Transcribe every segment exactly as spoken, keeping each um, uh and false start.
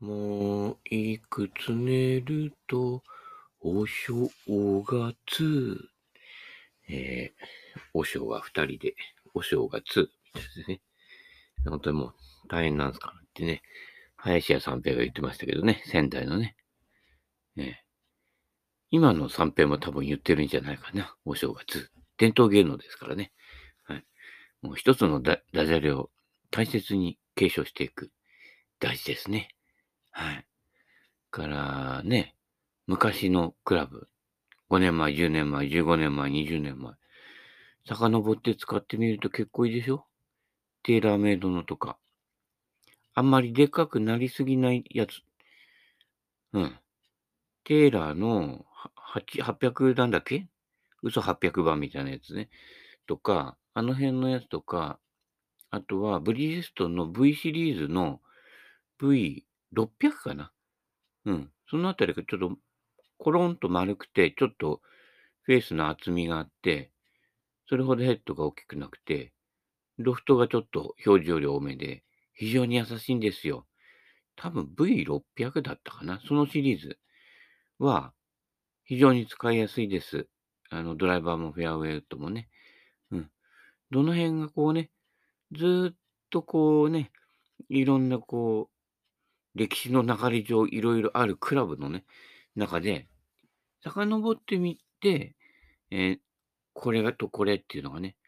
もういくつ寝るとお正月。えー、お正は二人で、お正月みたいですね。本当にもう大変なんですからってね、林家三平が言ってましたけどね、仙台のね。えー今の三平も多分言ってるんじゃないかな、お正月。伝統芸能ですからね。はい。もう一つのダダジャレを大切に継承していく。大事ですね。はい。からね、昔のクラブ、ごねんまえ、じゅうねんまえ、じゅうごねんまえ、にじゅうねんまえ、遡って使ってみると結構いいでしょ？テーラーメイドのとか。あんまりでっかくなりすぎないやつ。うん。テーラーのははちはっぴゃくなんだっけ？嘘はっぴゃくばんみたいなやつね。とか、あの辺のやつとか、あとはブリヂストンの V シリーズの ブイろっぴゃく かな。うん。そのあたりがちょっとコロンと丸くて、ちょっとフェースの厚みがあって、それほどヘッドが大きくなくて、ロフトがちょっと表示より多めで、非常に優しいんですよ。多分 ブイろっぴゃく だったかな。そのシリーズは非常に使いやすいです。あの、ドライバーもフェアウェイウッドもね。うん。どの辺がこうね、ずーっとこうね、いろんなこう、歴史の流れ上いろいろあるクラブのね、中で、遡ってみて、えーこれがとこれっていうのがね、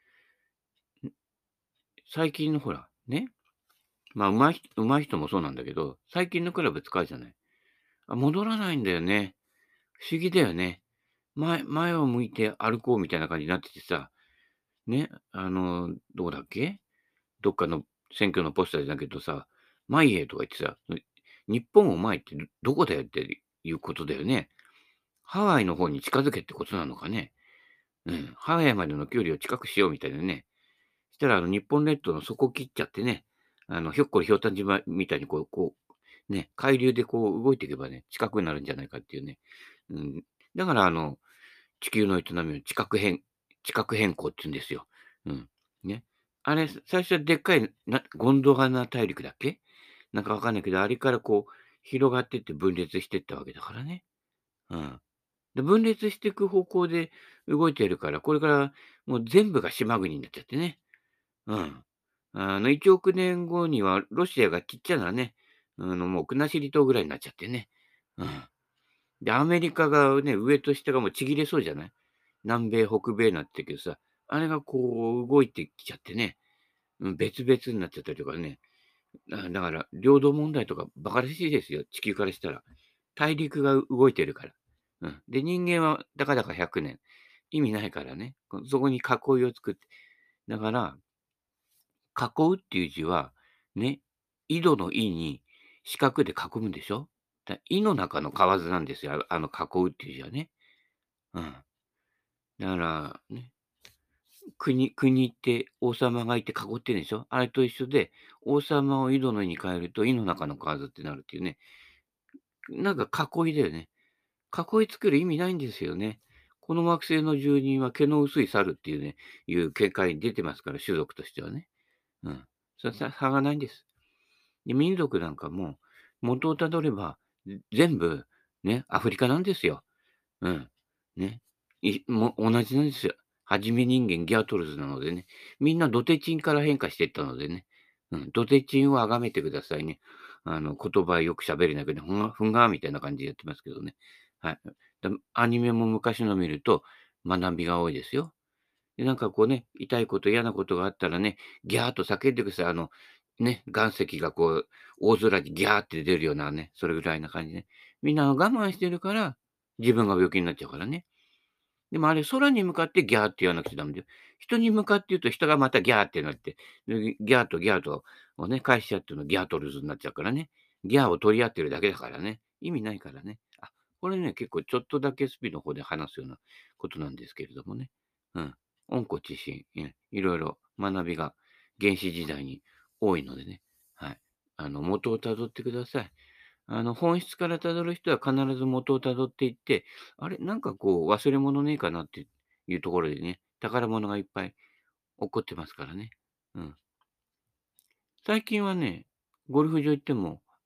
最近のほら、ね、まあ、上手い人上手い人もそうなんだけど、最近のクラブ使うじゃない。あ、戻らないんだよね。不思議だよね。前前を向いて歩こうみたいな感じになっててさ、ね、あの、どこだっけ？どっかの選挙のポスターだけどさ、前へとか言ってさ、日本を前ってどどこだよっていうことだよね。ハワイの方に近づけってことなのかね。うん。ハワイまでの距離を近くしようみたいなね。したら、あの、日本列島の底を切っちゃってね、あの、ひょっこりひょうたん島みたいにこうこう、ね、海流でこう動いていけばね、近くなるんじゃないかっていうね。うん。だから、あの、地球の営みを地殻変地殻変更って言うんですよ。うん。ね。あれ、最初はでっかい、なゴンドワナ大陸だっけ？なんかわかんないけど、あれからこう広がってって分裂してったわけだからね。うん。で、分裂していく方向で動いてるから、これからもう全部が島国になっちゃってね。うん。あの、いちおく年後にはロシアがちっちゃなね、あの、もう国後島ぐらいになっちゃってね。うん。で、アメリカがね、上と下がもうちぎれそうじゃない？南米、北米なってるけどさ、あれがこう動いてきちゃってね、うん、別々になっちゃったりとかね。だだから、領土問題とか馬鹿らしいですよ、地球からしたら。大陸が動いてるから。うん。で、人間はたかだかひゃくねん。意味ないからね。こそこに囲いを作って。だから囲うっていう字は、ね、井戸の井に四角で囲むでしょ。だ井の中の蛙なんですよ、あの囲うっていう字はね。うん。だから、ね、国国って王様がいて囲ってるでしょ。あれと一緒で、王様を井戸の井に変えると井の中の蛙ってなるっていうね。なんか囲いだよね。囲い作る意味ないんですよね。この惑星の住人は毛の薄い猿っていうね、いう見解に出てますから、種族としてはね。うん。それは差がないんです。で、民族なんかも、元をたどれば、全部、ね、アフリカなんですよ。うん。ね。いも同じなんですよ。はじめ人間ギャートルズなのでね。みんなドテチンから変化していったのでね。うん。ドテチンを崇めてくださいね。あの、言葉よく喋れなくて、ふんがふんがみたいな感じでやってますけどね。はい。だアニメも昔の見ると学びが多いですよ。で、なんかこうね、痛いこと嫌なことがあったらね、ギャーっと叫んでください。あの、ね、岩石がこう、大空にギャーって出るようなね、それぐらいな感じね。みんな我慢してるから、自分が病気になっちゃうからね。でもあれ、空に向かってギャーって言わなくちゃダメだよ。人に向かって言うと人がまたギャーってなって、でギャーとギャーとをね、返しちゃってるのギャートルズになっちゃうからね。ギャーを取り合ってるだけだからね。意味ないからね。あ、これね、結構ちょっとだけスピの方で話すようなことなんですけれどもね。うん。温故知新、ね、いろいろ学びが原始時代に多いのでね。はい。あの、元をたどってください。あの、本質から辿る人は必ず元を辿っていって、あれ、なんかこう忘れ物ねえかなっていうところでね、宝物がいっぱい起こってますからね。うん。最近はね、ゴルフ場行っても、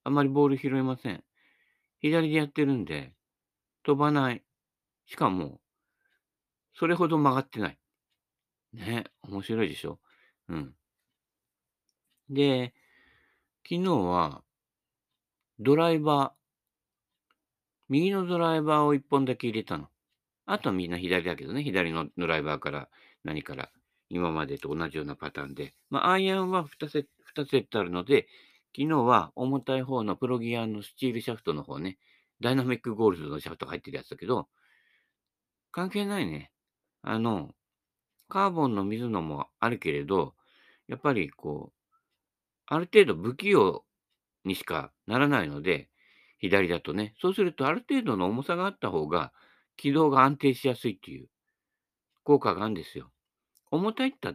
あんまりボール拾えません。左でやってるんで、飛ばない。しかも、それほど曲がってない。ね、面白いでしょ。うん。で、昨日はドライバー、右のドライバーをいっぽんだけ入れたの。あとはみんな左だけどね、左のドライバーから何から、今までと同じようなパターンで。まあ、アイアンはにセット、にセットあるので、昨日は重たい方のプロギアのスチールシャフトの方ね、ダイナミックゴールドのシャフトが入ってるやつだけど、関係ないね。あの、カーボンの水野もあるけれど、やっぱりこう、ある程度不器用にしかならないので、左だとね。そうするとある程度の重さがあった方が、軌道が安定しやすいっていう効果があるんですよ。重たいったって、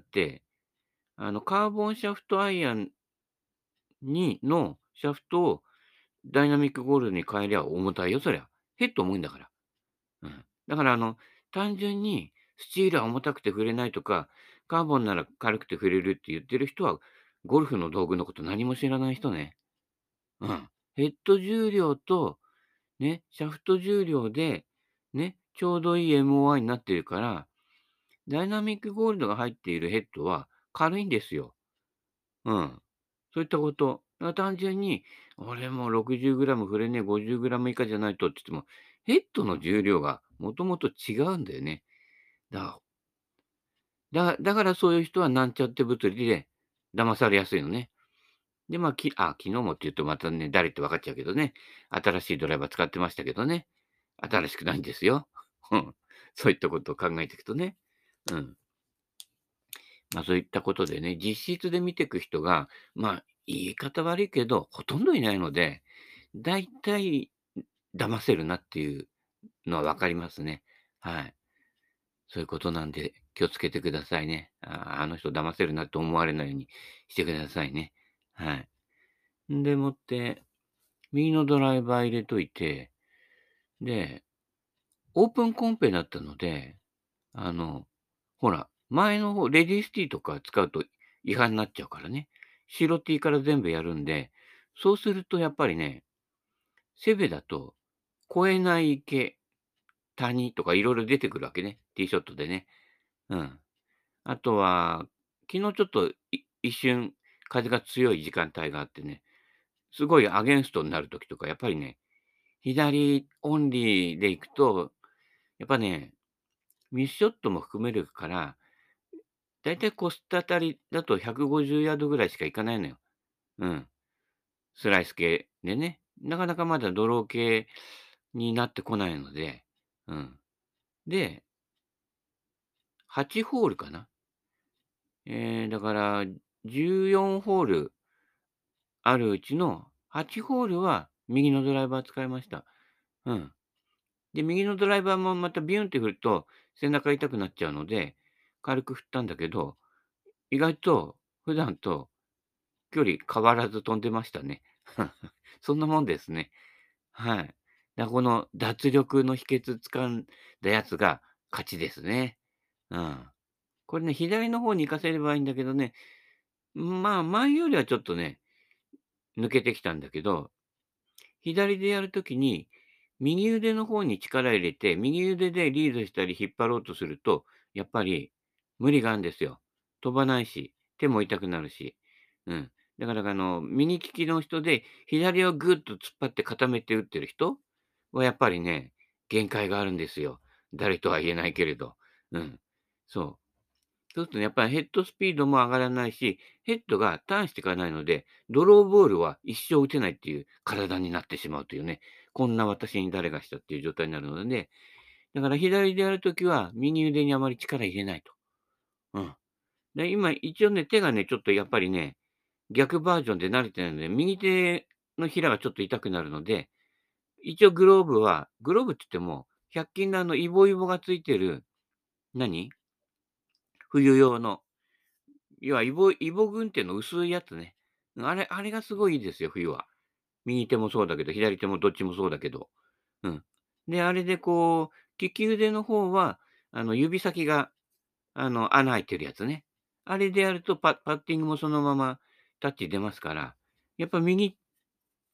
あの、カーボンシャフトアイアンにのシャフトをダイナミックゴールドに変えりゃ重たいよ、そりゃ。ヘッド重いんだから。うん。だからあの、単純にスチールは重たくて触れないとか、カーボンなら軽くて触れるって言ってる人は、ゴルフの道具のこと何も知らない人ね。うん。ヘッド重量と、ね、シャフト重量で、ね、ちょうどいい エムオーアイ になってるから、ダイナミックゴールドが入っているヘッドは軽いんですよ。うん。そういったこと。だから単純に、俺も ろくじゅうグラム 触れねえ、ごじゅうグラム 以下じゃないとって言っても、ヘッドの重量がもともと違うんだよね。だだだからそういう人はなんちゃって物理で騙されやすいのね。で、まあ、きあ、昨日もって言うとまたね、誰って分かっちゃうけどね。新しいドライバー使ってましたけどね。新しくないんですよ。うん。そういったことを考えていくとね。うん。まあ、そういったことでね、実質で見ていく人が、まあ、言い方悪いけど、ほとんどいないので、だいたい騙せるなっていうのは分かりますね。はい。そういうことなんで、気をつけてくださいね。ああの人騙せるなと思われないようにしてくださいね。はい。んでもって、右のドライバー入れといて、で、オープンコンペだったので、あの、ほら、前の方、レディースティーとか使うと違反になっちゃうからね。白 T から全部やるんで、そうするとやっぱりね、セベだと、越えない池、谷とかいろいろ出てくるわけね。ティーショットでね。うん。あとは、昨日ちょっとい一瞬風が強い時間帯があってね、すごいアゲンストになるときとか、やっぱりね、左オンリーで行くと、やっぱね、ミスショットも含めるから、だいたいコストあたりだとひゃくごじゅうヤードぐらいしか行かないのよ。うん。スライス系でね。なかなかまだドロー系になってこないので、うん。で、はちホールかな。えー、だから、じゅうよんホールあるうちのはちホールは右のドライバー使いました。うん。で、右のドライバーもまたビュンって振ると背中痛くなっちゃうので、軽く振ったんだけど、意外と普段と距離変わらず飛んでましたね。そんなもんですね。はい。だ、この脱力の秘訣掴んだやつが勝ちですね。うん。これね、左の方に行かせればいいんだけどね、まあ、前よりはちょっとね、抜けてきたんだけど、左でやるときに、右腕の方に力入れて、右腕でリードしたり引っ張ろうとすると、やっぱり無理があるんですよ。飛ばないし、手も痛くなるし。うん。だから、あの、右利きの人で、左をぐっと突っ張って固めて打ってる人はやっぱりね、限界があるんですよ。誰とは言えないけれど。うん。そう。そうするとね、やっぱりヘッドスピードも上がらないし、ヘッドがターンしていかないので、ドローボールは一生打てないっていう体になってしまうというね、こんな私に誰がしたっていう状態になるのでね、だから左でやるときは右腕にあまり力入れないと。うん。で、今一応ね、手がね、ちょっとやっぱりね、逆バージョンで慣れてないので、右手のひらがちょっと痛くなるので、一応グローブは、グローブって言っても、ひゃく均のあのイボイボがついてる、何冬用の要はイボイボ群っていうの薄いやつね。あれあれがすごいいいですよ、冬は。右手もそうだけど、左手もどっちもそうだけど。うん。で、あれでこう、利き腕の方は、あの、指先が、あの、穴開いてるやつね。あれでやるとパパッティングもそのままタッチ出ますから、やっぱ右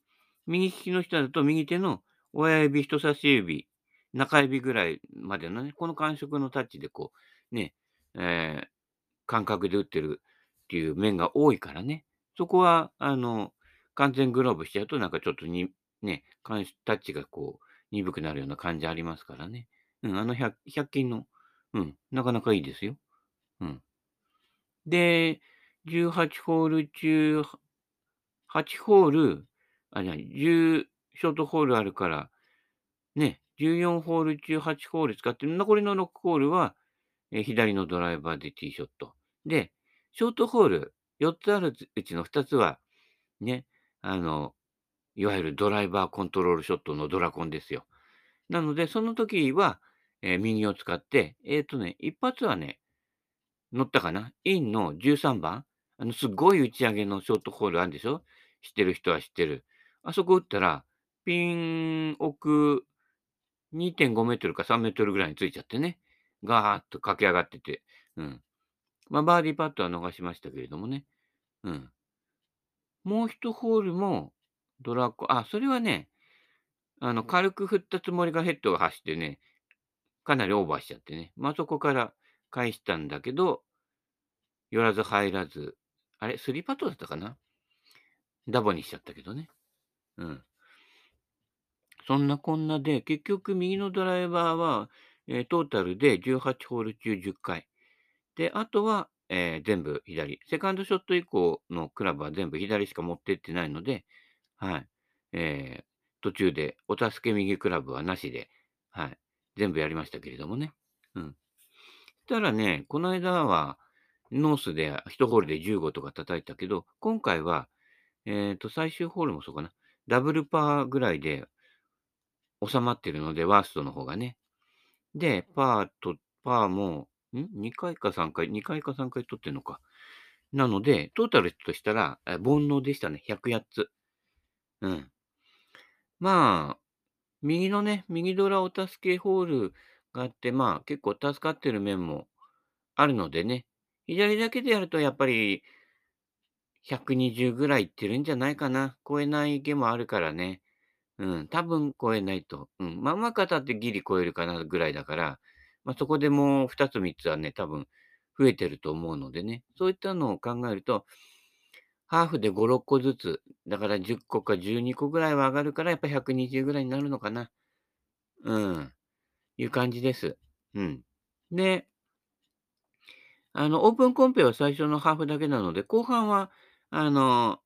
右利きの人だと右手の親指、人差し指、中指ぐらいまでのね、この感触のタッチでこう、ね、えー感覚で打ってるっていう面が多いからね。そこは、あの、完全グローブしちゃうとなんかちょっとにね、感タッチがこう鈍くなるような感じありますからね。うん、あのひゃく、ひゃく均の、うん、なかなかいいですよ。うん。で、じゅうはちホール中はちホール、あ、じゃあ、じゅうショートホールあるから、ね、じゅうよんホール中はちホール使って、残りのろくホールは、え、左のドライバーでティーショット。で、ショートホールよっつあるうちのふたつは、ね、あの、いわゆるドライバーコントロールショットのドラコンですよ。なので、その時は、え、右を使って、えっとね、一発はね、乗ったかな。インのじゅうさんばん、あの、すごい打ち上げのショートホールあるでしょ？知ってる人は知ってる。あそこ打ったら、ピン奥にてんごメートルかさんメートルぐらいについちゃってね。ガーッと駆け上がってて。うん。ま、バーディーパットは逃しましたけれどもね。うん。もう一ホールもドラコあ、それはね、あの、軽く振ったつもりがヘッドが走ってね、かなりオーバーしちゃってね。ま、そこから返したんだけど、寄らず入らず、あれ、スリーパットだったかな？ダボにしちゃったけどね。うん。そんなこんなで、結局右のドライバーは、えートータルでじゅうはちホール中じゅっかい。で、あとは、えー全部左。セカンドショット以降のクラブは全部左しか持ってってないので、はい。えー途中でお助け右クラブはなしで、はい。全部やりましたけれどもね。うん。したらね、この間は、ノースでいちホールでじゅうごとか叩いたけど、今回は、えっと、最終ホールもそうかな。ダブルパーぐらいで収まってるので、ワーストの方がね。で、パーとパーも、ん ?に 回かさんかい、にかいかさんかい取ってんのか。なので、トータルとしたら、え、煩悩でしたね。ひゃくはちつ。うん。まあ、右のね、右ドラお助けホールがあって、まあ、結構助かってる面もあるのでね、左だけでやるとやっぱりひゃくにじゅうぐらいいってるんじゃないかな。超えない池もあるからね。うん、多分超えないと。うん、まあ、うまく当たってギリ超えるかなぐらいだから、まあ、そこでもうふたつみっつはね、多分増えてると思うのでね、そういったのを考えると、ハーフでご、ろっこずつ、だからじゅっこかじゅうにこぐらいは上がるから、やっぱひゃくにじゅうぐらいになるのかな。うん、いう感じです。うん。で、あの、オープンコンペは最初のハーフだけなので、後半は、あの、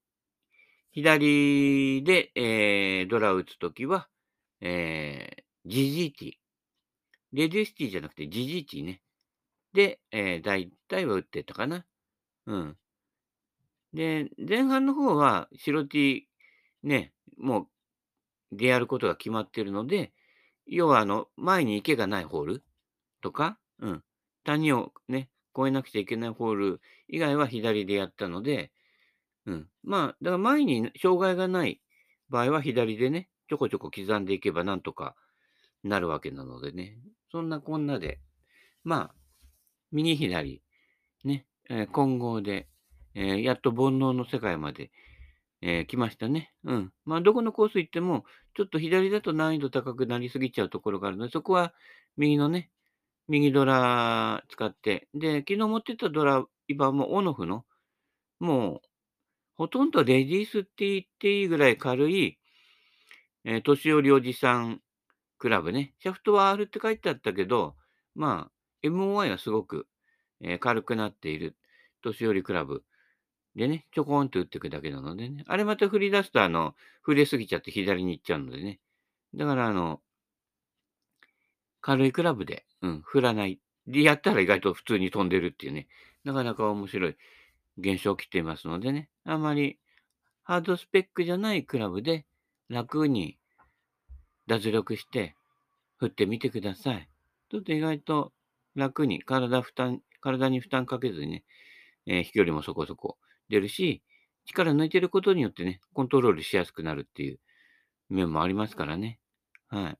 左で、えードラを打つときは、えー、ジジーティー。レデューシティじゃなくてジジーティーね。で、えー、大体は打ってたかな。うん。で、前半の方は白 T ね、もうでやることが決まってるので、要はあの、前に池がないホールとか、うん、谷をね、越えなくちゃいけないホール以外は左でやったので、うん。まあ、だから前に障害がない場合は左でね、ちょこちょこ刻んでいけばなんとかなるわけなのでね。そんなこんなで、まあ、右左、ね、えー混合で、えーやっと煩悩の世界まで、えー来ましたね。うん。まあ、どこのコース行っても、ちょっと左だと難易度高くなりすぎちゃうところがあるので、そこは右のね、右ドラ使って、で、昨日持ってったドライバーもオンオフの、もうほとんどレディースって言っていいぐらい軽い、えー年寄りおじさんクラブね。シャフトは R って書いてあったけど、まあ、エムオーアイ はすごく、えー軽くなっている年寄りクラブでね、ちょこんと打っていくだけなのでね。あれまた振り出すと、あの、振れすぎちゃって左に行っちゃうのでね。だから、あの、軽いクラブで、うん、振らない。で、やったら意外と普通に飛んでるっていうね。なかなか面白い現象起きていますのでね。あまりハードスペックじゃないクラブで楽に脱力して振ってみてください。ちょっと意外と楽に体負担、体に負担かけずにね、えー飛距離もそこそこ出るし、力抜いてることによってね、コントロールしやすくなるっていう面もありますからね。はい。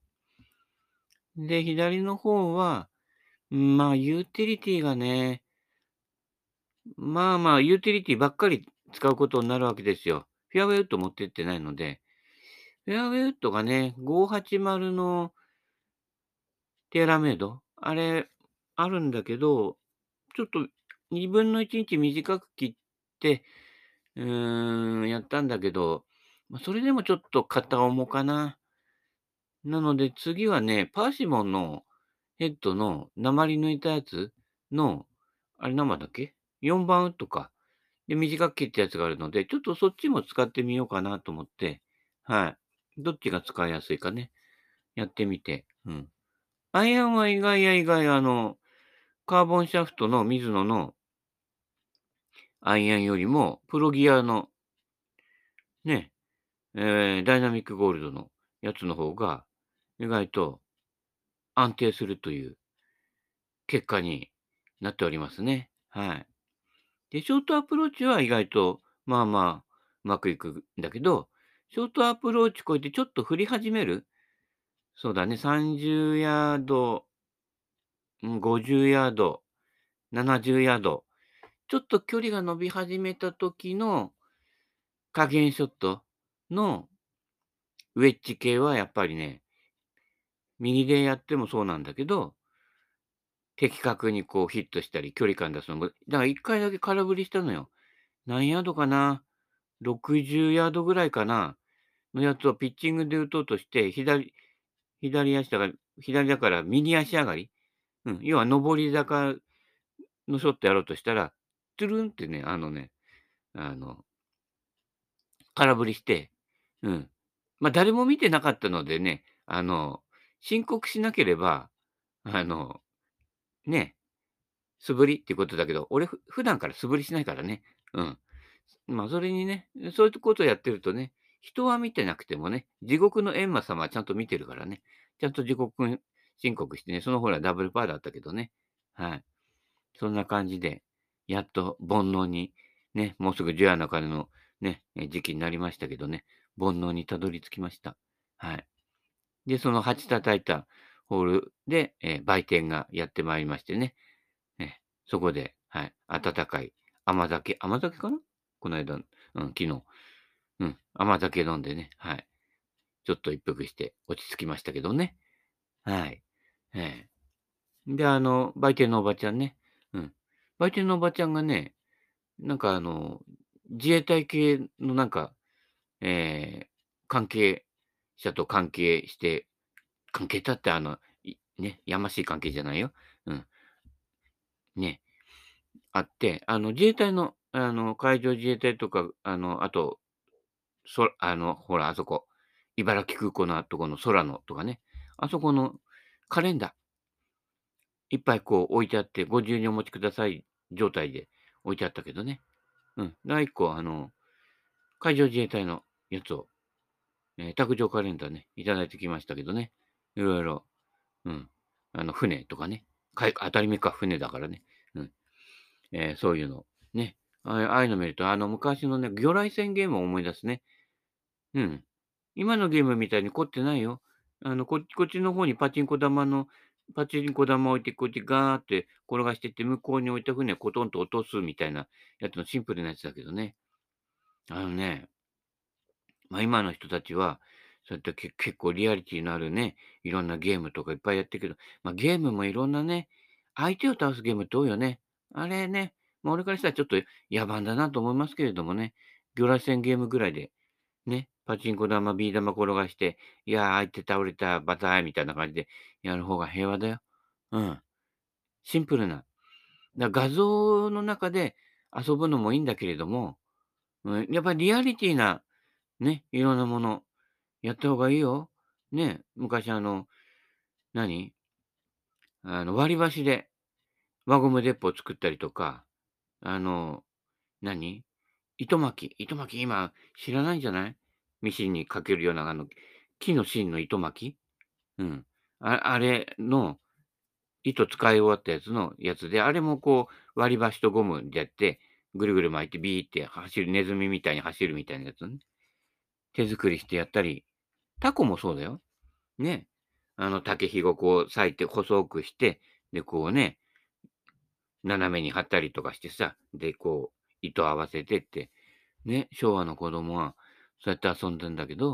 で、左の方は、うんまあ、ユーティリティがね、まあまあ、ユーティリティばっかり使うことになるわけですよ。フェアウェイウッド持ってってないので、 フェアウェイウッドがね、ごひゃくはちじゅうのテーラーメイド、あれ、あるんだけど、ちょっとにぶんのいちインチ短く切って、うーん、やったんだけど、ま、それでもちょっと肩重かな。なので次はね、パーシモンのヘッドの鉛抜いたやつの、あれ生だっけ？ よん 番ウッドか。で、短く切ったやつがあるので、ちょっとそっちも使ってみようかなと思って、はい。どっちが使いやすいかね、やってみて、うん。アイアンは意外や意外、あの、カーボンシャフトのミズノのアイアンよりも、プロギアのね、えーダイナミックゴールドのやつの方が、意外と安定するという結果になっておりますね。はい。で、ショートアプローチは意外と、まあまあ、うまくいくんだけど、ショートアプローチ越えてちょっと振り始める、そうだね、さんじゅうヤード、うん、ごじゅうヤード、ななじゅうヤード、ちょっと距離が伸び始めた時の加減ショットのウェッジ系はやっぱりね、右でやってもそうなんだけど、的確にこうヒットしたり、距離感出すのも、だからいっかいだけ空振りしたのよ。何ヤードかな？ ろくじゅう ヤードぐらいかな？のやつをピッチングで打とうとして、左左足だから左だから右足上がり、うん、要は上り坂のショットやろうとしたら、トゥルンってね、あのね、あの、空振りして、うん。ま、誰も見てなかったのでね、あの、申告しなければ、あの、ね、素振りっていうことだけど、俺ふ普段から素振りしないからね。うん。ま、それにね、そういうことをやってるとね、人は見てなくてもね、地獄の閻魔様はちゃんと見てるからね、ちゃんと自己申告してね、そのほらダブルパーだったけどね。はい。そんな感じで、やっと煩悩に、ね、もうすぐ除夜の鐘のね、え、時期になりましたけどね、煩悩にたどり着きました。はい。で、そのはち叩いたホールで、え、売店がやってまいりましてね、え、そこで、はい、温かい甘酒甘酒かな？この間、うん、昨日、うん、甘酒飲んでね、はい、ちょっと一服して落ち着きましたけどね。はい。ええ。で、あの、売店のおばちゃんね、うん。売店のおばちゃんがね、なんかあの、自衛隊系のなんか、ええ、関係者と関係して関係だってあの、いね、やましい関係じゃないよ。うん。ね、あって、あの、自衛隊の、あの、海上自衛隊とか、あの、あと、そあの、ほら、あそこ、茨城空港のとこの空のとかね、あそこのカレンダー、いっぱいこう置いてあって、ご自由にお持ちください状態で置いてあったけどね。うん。だいいっこ、あの、海上自衛隊のやつを、えー卓上カレンダーね、いただいてきましたけどね。いろいろ、うん。あの、船とかね。かい当たり前か、船だからね。うん。えーそういうの。ね。ああああいうの見ると、あの、昔のね、魚雷戦ゲームを思い出すね。うん。今のゲームみたいに凝ってないよ。あの、ここっちの方にパチンコ玉のパチンコ玉置いて、こっちガーって転がしてって、向こうに置いた船をコトンと落とすみたいなやつのシンプルなやつだけどね。あのね、ま、今の人たちは、そうやってけ結構リアリティのあるね、いろんなゲームとかいっぱいやってるけど、ま、ゲームもいろんなね、相手を倒すゲームって多いよね。あれね、ま、俺からしたらちょっと野蛮だなと思いますけれどもね、魚雷戦ゲームぐらいで、ね、パチンコ玉、ビー玉転がして、いや、相手倒れた、バターイみたいな感じでやる方が平和だよ。うん。シンプルな。だ画像の中で遊ぶのもいいんだけれども、うん、やっぱりリアリティな、ね、いろんなものやった方がいいよ。ね、昔あの、何あの、割り箸で輪ゴム鉄砲作ったりとか、あの、何糸巻き。糸巻き今知らないんじゃない？ミシンにかけるようなあの、木の芯の糸巻き。うん。ああれの糸使い終わったやつのやつで、あれもこう割り箸とゴムでやって、ぐるぐる巻いてビーって走る、ネズミみたいに走るみたいなやつね。手作りしてやったり、タコもそうだよ。ね。あの竹ひごこう裂いて細くして、で、こうね、斜めに貼ったりとかしてさ、で、こう糸合わせてって、ね、昭和の子供はそうやって遊んでんだけど、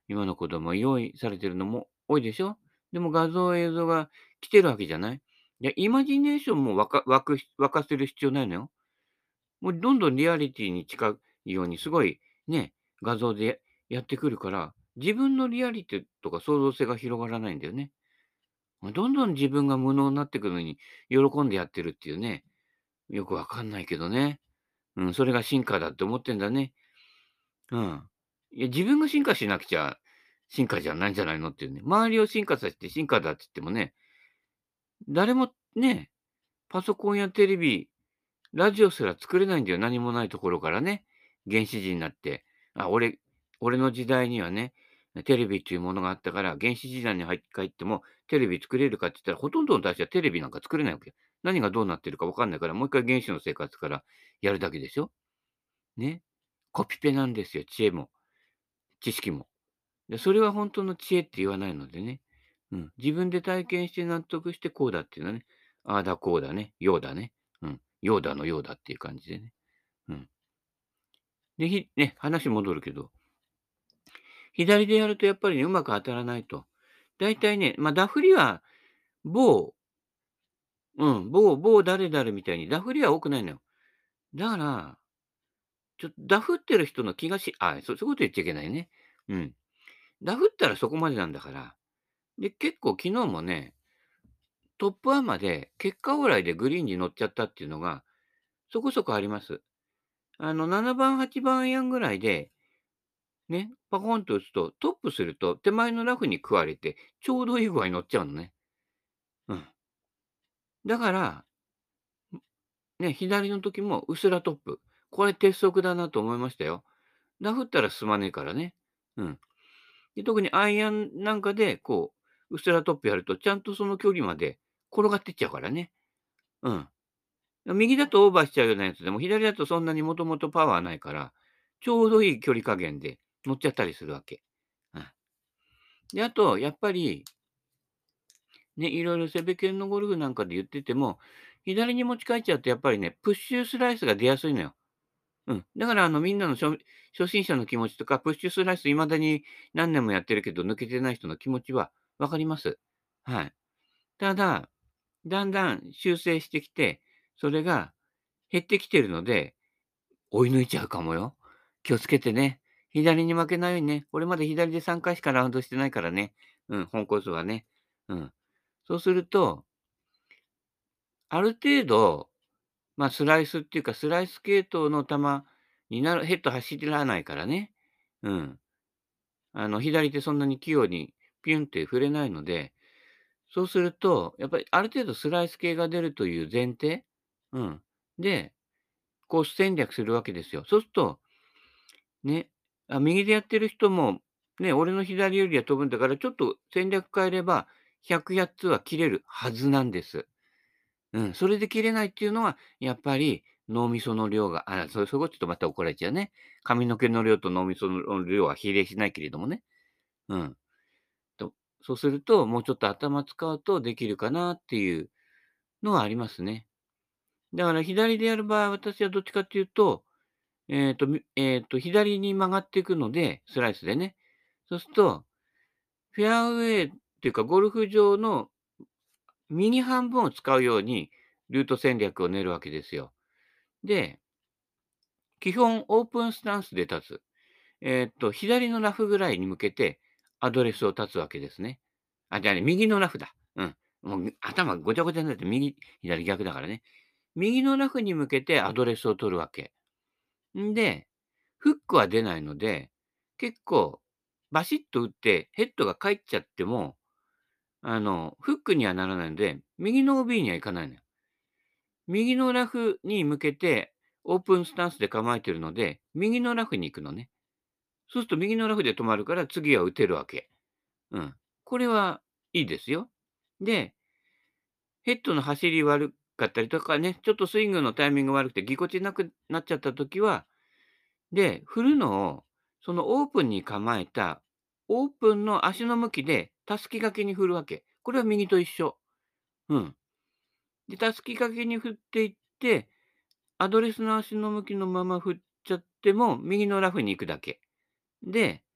今の子供用意されてるのも多いでしょ。でも画像、映像が来てるわけじゃない。いや、イマジネーションもわか湧く沸かせる必要ないのよ。もうどんどんリアリティに近いようにすごいね、画像でやってくるから、自分のリアリティとか創造性が広がらないんだよね。どんどん自分が無能になってくるのに喜んでやってるっていうね、よくわかんないけどね。うん、それが進化だって思ってんだね。うん。いや、自分が進化しなくちゃ進化じゃないんじゃないのっていうね。周りを進化させて進化だって言ってもね、誰もね、パソコンやテレビ、ラジオすら作れないんだよ。何もないところからね。原始人になって。あ、俺、俺の時代にはね、テレビっていうものがあったから、原始時代に入って帰っても、テレビ作れるかって言ったら、ほとんどの人たちはテレビなんか作れないわけよ。何がどうなってるかわかんないから、もう一回原始の生活からやるだけでしょ。ね。コピペなんですよ。知恵も、知識も。で、それは本当の知恵って言わないのでね。うん。自分で体験して納得してこうだっていうのはね。ああだこうだね。ようだね。うん。ようだのようだっていう感じでね。うん。で、ひね、話戻るけど、左でやるとやっぱりね、うまく当たらないと。だいたいね、ま、ダフりは某うん、某某誰々みたいにダフりは多くないのよ。だから、ちょっとダフってる人の気がしあ、そそういうこと言っちゃいけないね。うん。ダフったらそこまでなんだから。で、結構昨日もね、トップアマで結果オーライでグリーンに乗っちゃったっていうのが、そこそこあります。あの、ななばん、はちばんアイアンぐらいで、ね、パコンと打つと、トップすると手前のラフに食われて、ちょうどいい具合に乗っちゃうのね。うん。だから、ね、左の時もうすらトップ。これ鉄則だなと思いましたよ。ダフったら進まねえからね。うん。で、特にアイアンなんかで、こう、うすらトップやると、ちゃんとその距離まで転がってっちゃうからね。うん。右だとオーバーしちゃうようなやつでも、左だとそんなにもともとパワーないから、ちょうどいい距離加減で乗っちゃったりするわけ。うん。で、あと、やっぱり、ね、いろいろセベケンのゴルフなんかで言ってても、左に持ち帰っちゃうとやっぱりね、プッシュスライスが出やすいのよ。うん。だからあのみんなの初初心者の気持ちとか、プッシュスライス未だに何年もやってるけど抜けてない人の気持ちは分かります。はい。ただ、だんだん修正してきて、それが減ってきてるので、追い抜いちゃうかもよ。気をつけてね。左に負けないようにね。俺まだ左でさんかいしかラウンドしてないからね。うん、本コースはね。うん。そうすると、ある程度、まあ、スライスっていうか、スライス系統の球になるヘッド走らないからね。うん。あの、左手そんなに器用にピュンって振れないので、そうすると、やっぱりある程度スライス系が出るという前提、うん。で、コース戦略するわけですよ。そうすると、ね、あ、右でやってる人も、ね、俺の左よりは飛ぶんだから、ちょっと戦略変えれば、ひゃくやっつは切れるはずなんです。うん、それで切れないっていうのは、やっぱり脳みその量が、あ、それそこちょっとまた怒られちゃうね。髪の毛の量と脳みその量は比例しないけれどもね。うん。と、そうすると、もうちょっと頭使うとできるかなっていうのはありますね。だから左でやる場合、私はどっちかっていうと、えっと、みえっと、左に曲がっていくので、スライスでね。そうすると、フェアウェイっていうか、ゴルフ場の右半分を使うように、ルート戦略を練るわけですよ。で、基本オープンスタンスで立つ。えーっと、左のラフぐらいに向けてアドレスを立つわけですね。あ、じゃあね、右のラフだ。うん。もう頭ごちゃごちゃになって右、左逆だからね。右のラフに向けてアドレスを取るわけ。んで、フックは出ないので、結構バシッと打ってヘッドが返っちゃっても、あの、フックにはならないので、右の オービー には行かないのよ。右のラフに向けてオープンスタンスで構えてるので、右のラフに行くのね。そうすると右のラフで止まるから、次は打てるわけ。うん。これはいいですよ。で、ヘッドの走り悪かったりとかね、ちょっとスイングのタイミング悪くてぎこちなくなっちゃった時は、で、振るのを、そのオープンに構えた、オープンの足の向きで、たすき掛けに振るわけ。これは右と一緒。うん。で、たすき掛けに振っていって、アドレスの足の向きのまま振っちゃっても、右のラフに行くだけ。で、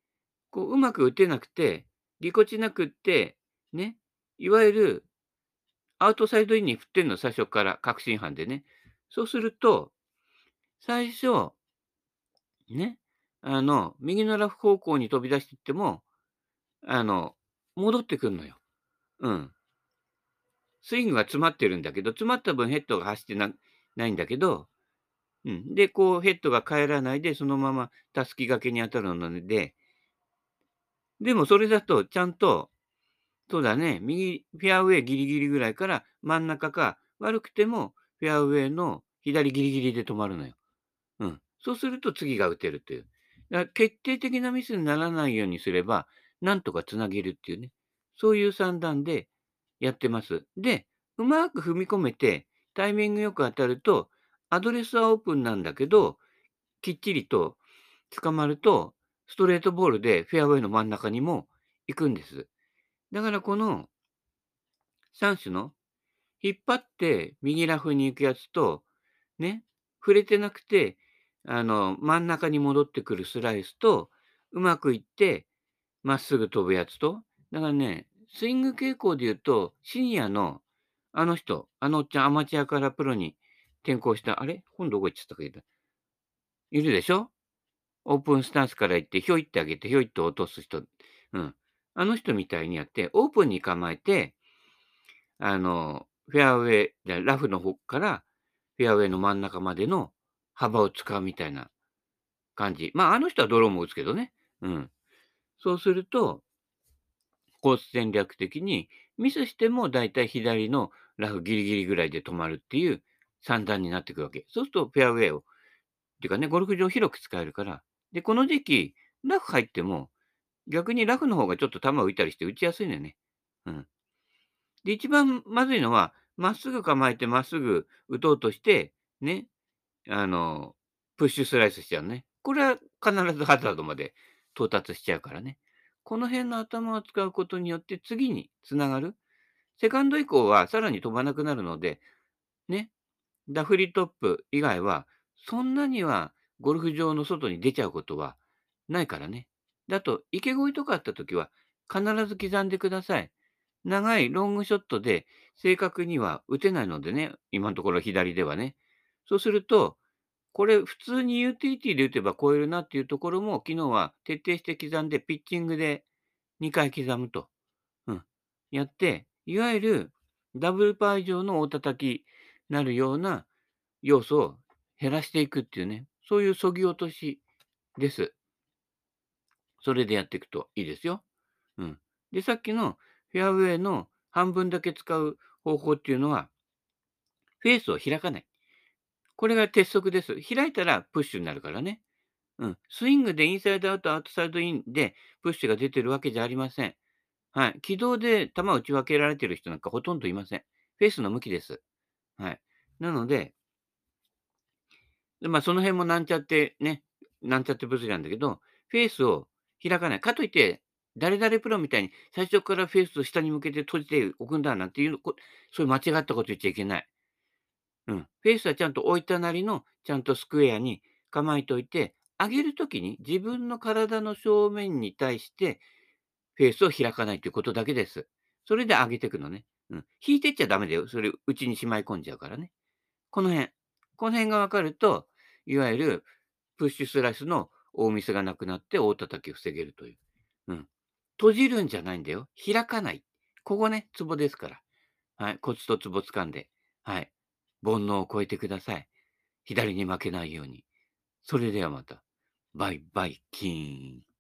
こう、うまく打てなくて、ぎこちなくって、ね、いわゆるアウトサイドインに振ってんの、最初から確信犯でね。そうすると、最初、ね、あの、右のラフ方向に飛び出していっても、あの、戻ってくんのよ。うん。スイングが詰まってるんだけど、詰まった分ヘッドが走ってなないんだけど、うん。で、こうヘッドが返らないで、そのままたすき掛けに当たるので、でもそれだとちゃんと、そうだね、右フェアウェイギリギリぐらいから真ん中か、悪くてもフェアウェイの左ギリギリで止まるのよ。うん。そうすると次が打てるという。だから決定的なミスにならないようにすれば、なんとかつなげるっていうね。そういう算段でやってます。で、うまく踏み込めて、タイミングよく当たると、アドレスはオープンなんだけど、きっちりと捕まると、ストレートボールでフェアウェイの真ん中にも行くんです。だからこのさん種の引っ張って右ラフに行くやつと、ね、触れてなくて、あの、真ん中に戻ってくるスライスと、うまくいって、まっすぐ飛ぶやつと、だからね、スイング傾向で言うと、シニアのあの人、あのおっちゃん、アマチュアからプロに転向した、あれ今度どこ行っちゃったかいたいるでしょ？オープンスタンスから行って、ひょいって上げて、ひょいって落とす人。うん。あの人みたいにやって、オープンに構えて、あの、フェアウェイ、じゃ、ラフの方からフェアウェイの真ん中までの幅を使うみたいな感じ。まあ、あの人はドローも打つけどね。うん。そうすると、コース戦略的にミスしてもだいたい左のラフギリギリぐらいで止まるっていう算段になってくわけ。そうするとフェアウェイをっていうかね、ゴルフ場を広く使えるから。で、この時期、ラフ入っても、逆にラフの方がちょっと球浮いたりして打ちやすいのよね。うん。で、一番まずいのは、まっすぐ構えてまっすぐ打とうとして、ね、あの、プッシュスライスしちゃうね。これは必ずハザードまで到達しちゃうからね。この辺の頭を使うことによって次に繋がる。セカンド以降はさらに飛ばなくなるので、ね、ダフリトップ以外は、そんなにはゴルフ場の外に出ちゃうことはないからね。で、あと、池越えとかあった時は、必ず刻んでください。長いロングショットで正確には打てないのでね、今のところ左ではね。そうすると、これ普通にユーティリティで打てば超えるなっていうところも、昨日は徹底して刻んで、ピッチングでにかい刻むと。うん。やって、いわゆるダブルパー以上の大叩きなるような要素を減らしていくっていうね、そういう削ぎ落としです。それでやっていくといいですよ。うん。で、さっきのフェアウェイの半分だけ使う方法っていうのは、フェースを開かない。これが鉄則です。開いたらプッシュになるからね。うん。スイングでインサイドアウト、アウトサイドインでプッシュが出てるわけじゃありません。はい。軌道で球を打ち分けられてる人なんかほとんどいません。フェースの向きです。はい。なので、で、まあ、その辺もなんちゃってね、なんちゃって物理なんだけど、フェースを開かない。かといって、誰々プロみたいに最初からフェースを下に向けて閉じておくんだなんていうの、こそういう間違ったこと言っちゃいけない。うん。フェースはちゃんと置いたなりの、ちゃんとスクエアに構えておいて、上げるときに自分の体の正面に対してフェースを開かないということだけです。それで上げていくのね。うん。引いてっちゃダメだよ。それ内にしまい込んじゃうからね。この辺。この辺が分かると、いわゆるプッシュスライスの大ミスがなくなって大叩きを防げるという。うん。閉じるんじゃないんだよ。開かない。ここね、ツボですから。はい。コツとツボ掴んで。はい。煩悩を超えてください。左に負けないように。それではまた。バイバイキーン。